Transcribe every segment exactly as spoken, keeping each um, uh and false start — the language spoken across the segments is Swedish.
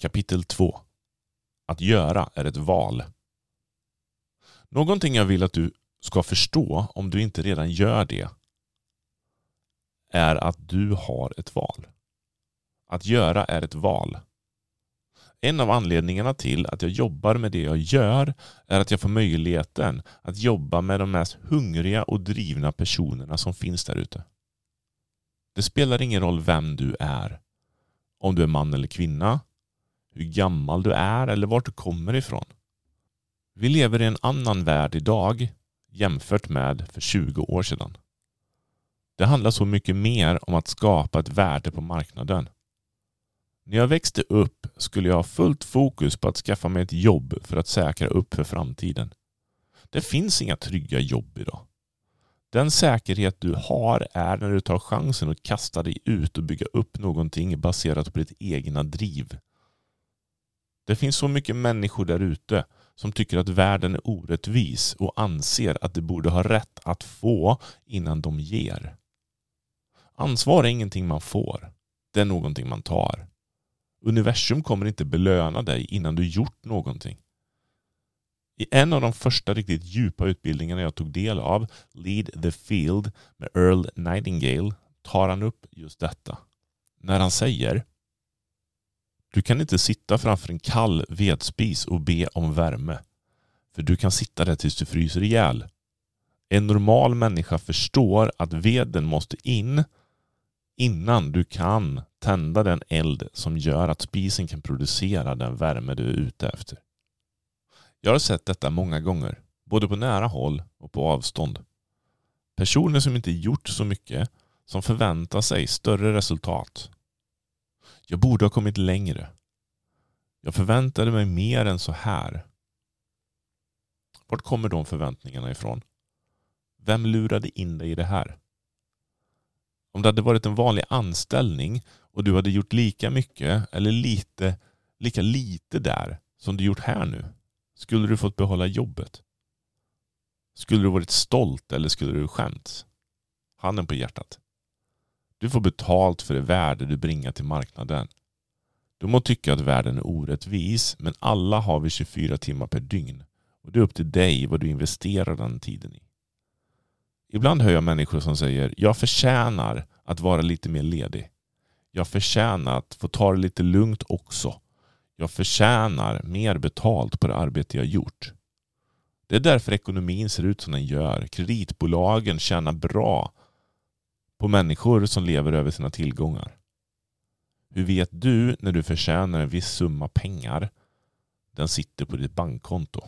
Kapitel två. Att göra är ett val. Någonting jag vill att du ska förstå, om du inte redan gör det, är att du har ett val. Att göra är ett val. En av anledningarna till att jag jobbar med det jag gör är att jag får möjligheten att jobba med de mest hungriga och drivna personerna som finns där ute. Det spelar ingen roll vem du är. Om du är man eller kvinna, hur gammal du är eller vart du kommer ifrån. Vi lever i en annan värld idag jämfört med för tjugo år sedan. Det handlar så mycket mer om att skapa ett värde på marknaden. När jag växte upp skulle jag ha fullt fokus på att skaffa mig ett jobb för att säkra upp för framtiden. Det finns inga trygga jobb idag. Den säkerhet du har är när du tar chansen att kasta dig ut och bygga upp någonting baserat på ditt egna driv. Det finns så mycket människor där ute som tycker att världen är orättvis och anser att de borde ha rätt att få innan de ger. Ansvar är ingenting man får. Det är någonting man tar. Universum kommer inte belöna dig innan du gjort någonting. I en av de första riktigt djupa utbildningarna jag tog del av, Lead the Field med Earl Nightingale, tar han upp just detta. När han säger: du kan inte sitta framför en kall vedspis och be om värme. För du kan sitta där tills du fryser ihjäl. En normal människa förstår att veden måste in innan du kan tända den eld som gör att spisen kan producera den värme du är ute efter. Jag har sett detta många gånger, både på nära håll och på avstånd. Personer som inte gjort så mycket, som förväntar sig större resultat. Jag borde ha kommit längre. Jag förväntade mig mer än så här. Vart kommer de förväntningarna ifrån? Vem lurade in dig i det här? Om det hade varit en vanlig anställning och du hade gjort lika mycket eller lite, lika lite där som du gjort här nu, skulle du fått behålla jobbet? Skulle du varit stolt eller skulle du skämts? Handen på hjärtat. Du får betalt för det värde du bringar till marknaden. Du må tycka att världen är orättvis, men alla har vi tjugofyra timmar per dygn. Och det är upp till dig vad du investerar den tiden i. Ibland hör jag människor som säger: jag förtjänar att vara lite mer ledig. Jag förtjänar att få ta det lite lugnt också. Jag förtjänar mer betalt på det arbete jag gjort. Det är därför ekonomin ser ut som den gör. Kreditbolagen tjänar bra på människor som lever över sina tillgångar. Hur vet du när du förtjänar en viss summa pengar? Den sitter på ditt bankkonto.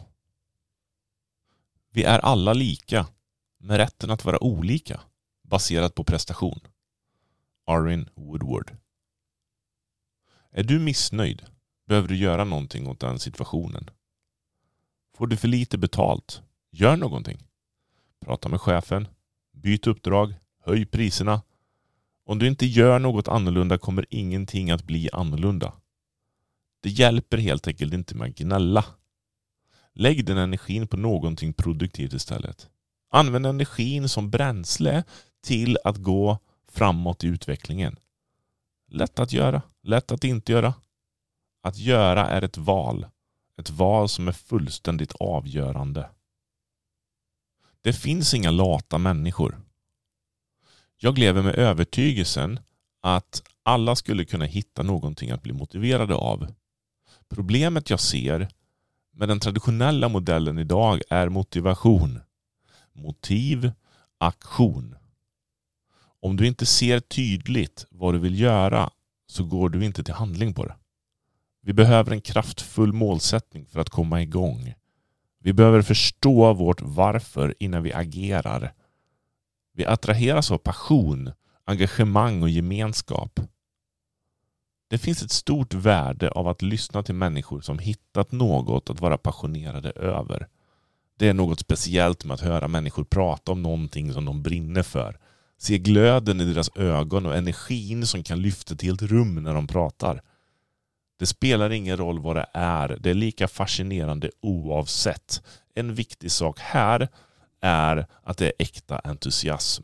Vi är alla lika, med rätten att vara olika, baserat på prestation. Arvin Woodward. Är du missnöjd? Behöver du göra någonting åt den situationen? Får du för lite betalt? Gör någonting. Prata med chefen. Byt uppdrag. Höj priserna. Om du inte gör något annorlunda kommer ingenting att bli annorlunda. Det hjälper helt enkelt inte med att gnälla. Lägg den energin på någonting produktivt istället. Använd energin som bränsle till att gå framåt i utvecklingen. Lätt att göra, lätt att inte göra. Att göra är ett val. Ett val som är fullständigt avgörande. Det finns inga lata människor. Jag lever med övertygelsen att alla skulle kunna hitta någonting att bli motiverade av. Problemet jag ser med den traditionella modellen idag är motivation. Motiv, aktion. Om du inte ser tydligt vad du vill göra så går du inte till handling på det. Vi behöver en kraftfull målsättning för att komma igång. Vi behöver förstå vårt varför innan vi agerar. Vi attraheras av passion, engagemang och gemenskap. Det finns ett stort värde av att lyssna till människor som hittat något att vara passionerade över. Det är något speciellt med att höra människor prata om någonting som de brinner för. Se glöden i deras ögon och energin som kan lyfta till ett rum när de pratar. Det spelar ingen roll vad det är. Det är lika fascinerande oavsett. En viktig sak här är att det är äkta entusiasm.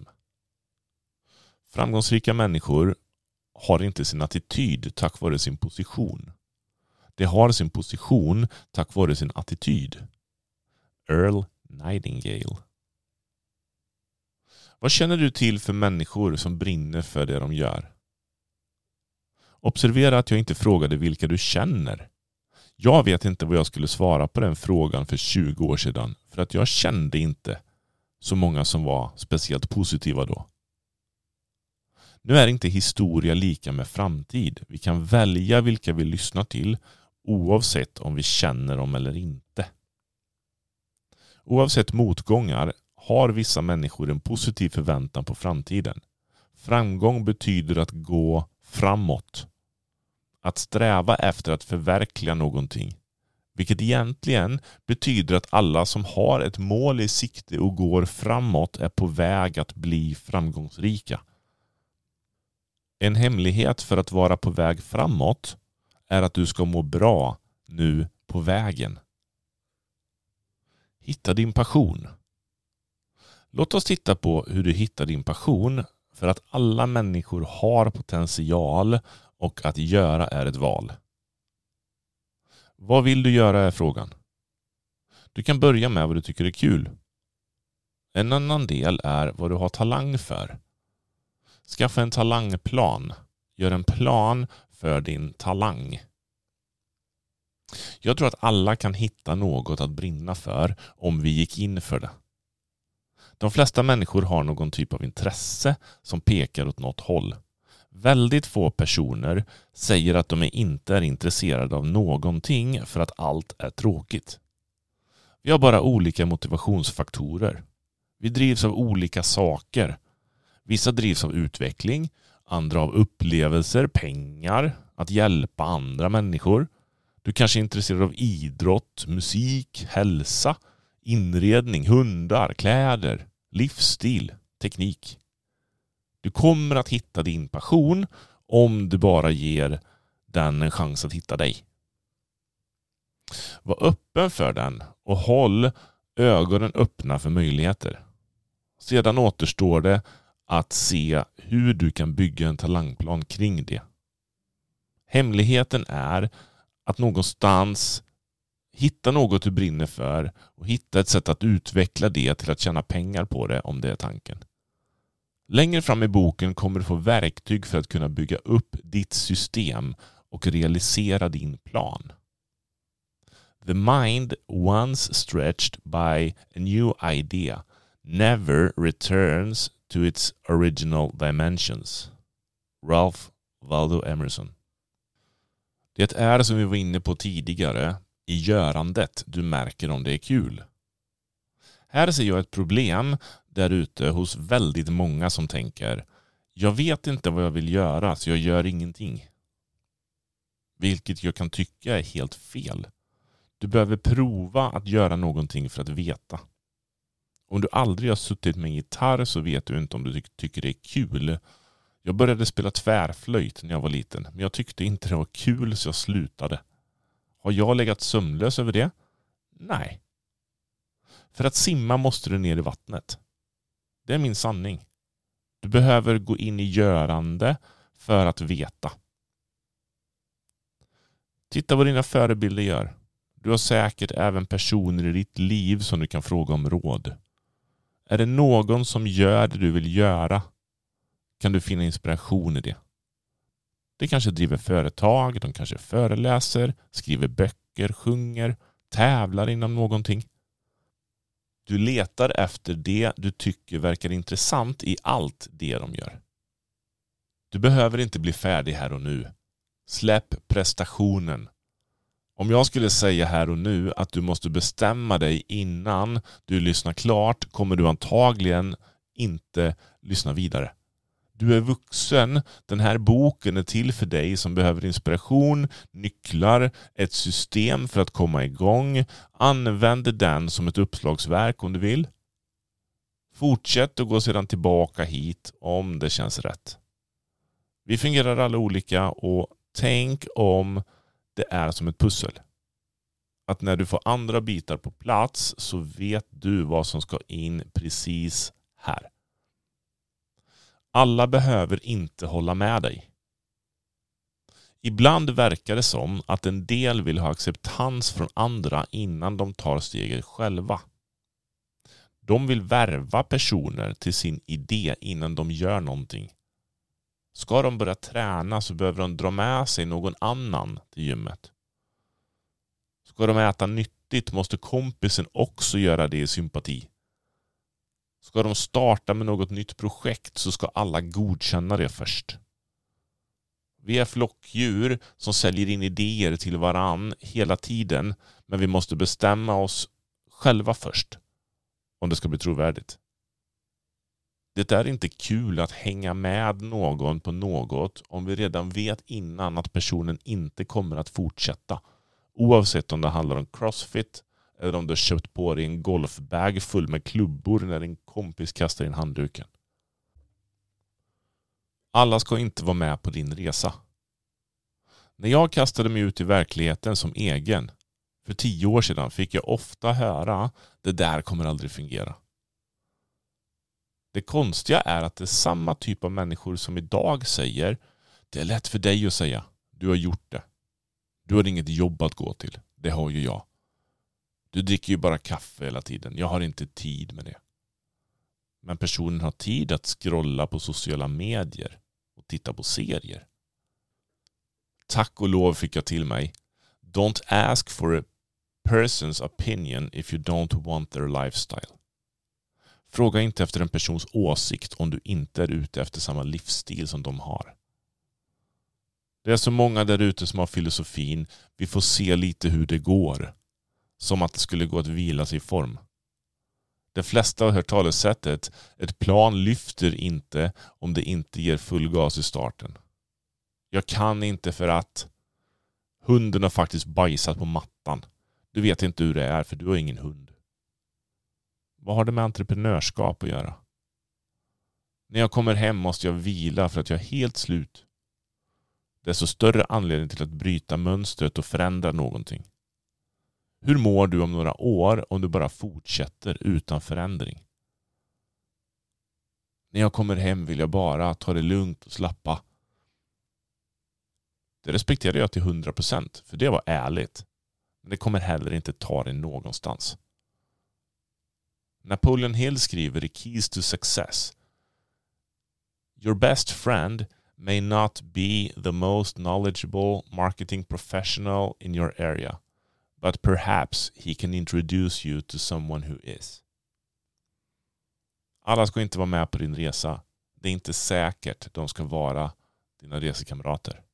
Framgångsrika människor har inte sin attityd tack vare sin position. Det har sin position tack vare sin attityd. Earl Nightingale. Vad känner du till för människor som brinner för det de gör? Observera att jag inte frågade vilka du känner. Jag vet inte vad jag skulle svara på den frågan för tjugo år sedan, för att jag kände inte så många som var speciellt positiva då. Nu är inte historia lika med framtid. Vi kan välja vilka vi lyssnar till oavsett om vi känner dem eller inte. Oavsett motgångar har vissa människor en positiv förväntan på framtiden. Framgång betyder att gå framåt. Att sträva efter att förverkliga någonting. Vilket egentligen betyder att alla som har ett mål i sikte och går framåt är på väg att bli framgångsrika. En hemlighet för att vara på väg framåt är att du ska må bra nu på vägen. Hitta din passion. Låt oss titta på hur du hittar din passion, för att alla människor har potential och att göra är ett val. Vad vill du göra är frågan. Du kan börja med vad du tycker är kul. En annan del är vad du har talang för. Skaffa en talangplan. Gör en plan för din talang. Jag tror att alla kan hitta något att brinna för om vi gick in för det. De flesta människor har någon typ av intresse som pekar åt något håll. Väldigt få personer säger att de inte är intresserade av någonting för att allt är tråkigt. Vi har bara olika motivationsfaktorer. Vi drivs av olika saker. Vissa drivs av utveckling, andra av upplevelser, pengar, att hjälpa andra människor. Du kanske är intresserad av idrott, musik, hälsa, inredning, hundar, kläder, livsstil, teknik. Du kommer att hitta din passion om du bara ger den en chans att hitta dig. Var öppen för den och håll ögonen öppna för möjligheter. Sedan återstår det att se hur du kan bygga en talangplan kring det. Hemligheten är att någonstans hitta något du brinner för och hitta ett sätt att utveckla det till att tjäna pengar på det, om det är tanken. Längre fram i boken kommer du få verktyg för att kunna bygga upp ditt system och realisera din plan. The mind, once stretched by a new idea, never returns to its original dimensions. Ralph Waldo Emerson. Det är, som vi var inne på tidigare, i görandet du märker om det är kul. Här ser jag ett problem där ute hos väldigt många som tänker: jag vet inte vad jag vill göra, så jag gör ingenting. Vilket jag kan tycka är helt fel. Du behöver prova att göra någonting för att veta. Om du aldrig har suttit med en gitarr så vet du inte om du ty- tycker det är kul. Jag började spela tvärflöjt när jag var liten, men jag tyckte inte det var kul så jag slutade. Har jag legat sömnlös över det? Nej. För att simma måste du ner i vattnet. Det är min sanning. Du behöver gå in i görande för att veta. Titta vad dina förebilder gör. Du har säkert även personer i ditt liv som du kan fråga om råd. Är det någon som gör det du vill göra, kan du finna inspiration i det. Det kanske driver företag, de kanske föreläser, skriver böcker, sjunger, tävlar inom någonting. Du letar efter det du tycker verkar intressant i allt det de gör. Du behöver inte bli färdig här och nu. Släpp prestationen. Om jag skulle säga här och nu att du måste bestämma dig innan du lyssnar klart, kommer du antagligen inte lyssna vidare. Du är vuxen. Den här boken är till för dig som behöver inspiration, nycklar, ett system för att komma igång. Använd den som ett uppslagsverk om du vill. Fortsätt och gå sedan tillbaka hit om det känns rätt. Vi fungerar alla olika, och tänk om det är som ett pussel. Att när du får andra bitar på plats så vet du vad som ska in precis här. Alla behöver inte hålla med dig. Ibland verkar det som att en del vill ha acceptans från andra innan de tar steget själva. De vill värva personer till sin idé innan de gör någonting. Ska de börja träna så behöver de dra med sig någon annan till gymmet. Ska de äta nyttigt måste kompisen också göra det i sympati. Ska de starta med något nytt projekt så ska alla godkänna det först. Vi är flockdjur som säljer in idéer till varann hela tiden, men vi måste bestämma oss själva först om det ska bli trovärdigt. Det är inte kul att hänga med någon på något om vi redan vet innan att personen inte kommer att fortsätta. Oavsett om det handlar om crossfit eller om du har köpt på dig en golfbag full med klubbor när en kompis kastar in handduken. Alla ska inte vara med på din resa. När jag kastade mig ut i verkligheten som egen för tio år sedan fick jag ofta höra det där kommer aldrig fungera. Det konstiga är att det är samma typ av människor som idag säger det är lätt för dig att säga. Du har gjort det. Du har inget jobb att gå till. Det har ju jag. Du dricker ju bara kaffe hela tiden. Jag har inte tid med det. Men personen har tid att scrolla på sociala medier och titta på serier. Tack och lov fick jag till mig. Don't ask for a person's opinion if you don't want their lifestyle. Fråga inte efter en persons åsikt om du inte är ute efter samma livsstil som de har. Det är så många där ute som har filosofin vi får se lite hur det går. Som att det skulle gå att vila sig i form. De flesta har hört talesättet ett plan lyfter inte om det inte ger full gas i starten. Jag kan inte för att hunden har faktiskt bajsat på mattan. Du vet inte hur det är för du har ingen hund. Vad har det med entreprenörskap att göra? När jag kommer hem måste jag vila för att jag är helt slut. Det är så större anledning till att bryta mönstret och förändra någonting. Hur mår du om några år om du bara fortsätter utan förändring? När jag kommer hem vill jag bara ta det lugnt och slappa. Det respekterar jag till hundra procent för det var ärligt. Men det kommer heller inte ta dig någonstans. Napoleon Hill skriver i Keys to Success: Your best friend may not be the most knowledgeable marketing professional in your area, but perhaps he can introduce you to someone who is. Alla ska inte vara med på din resa. Det är inte säkert de ska vara dina resekamrater.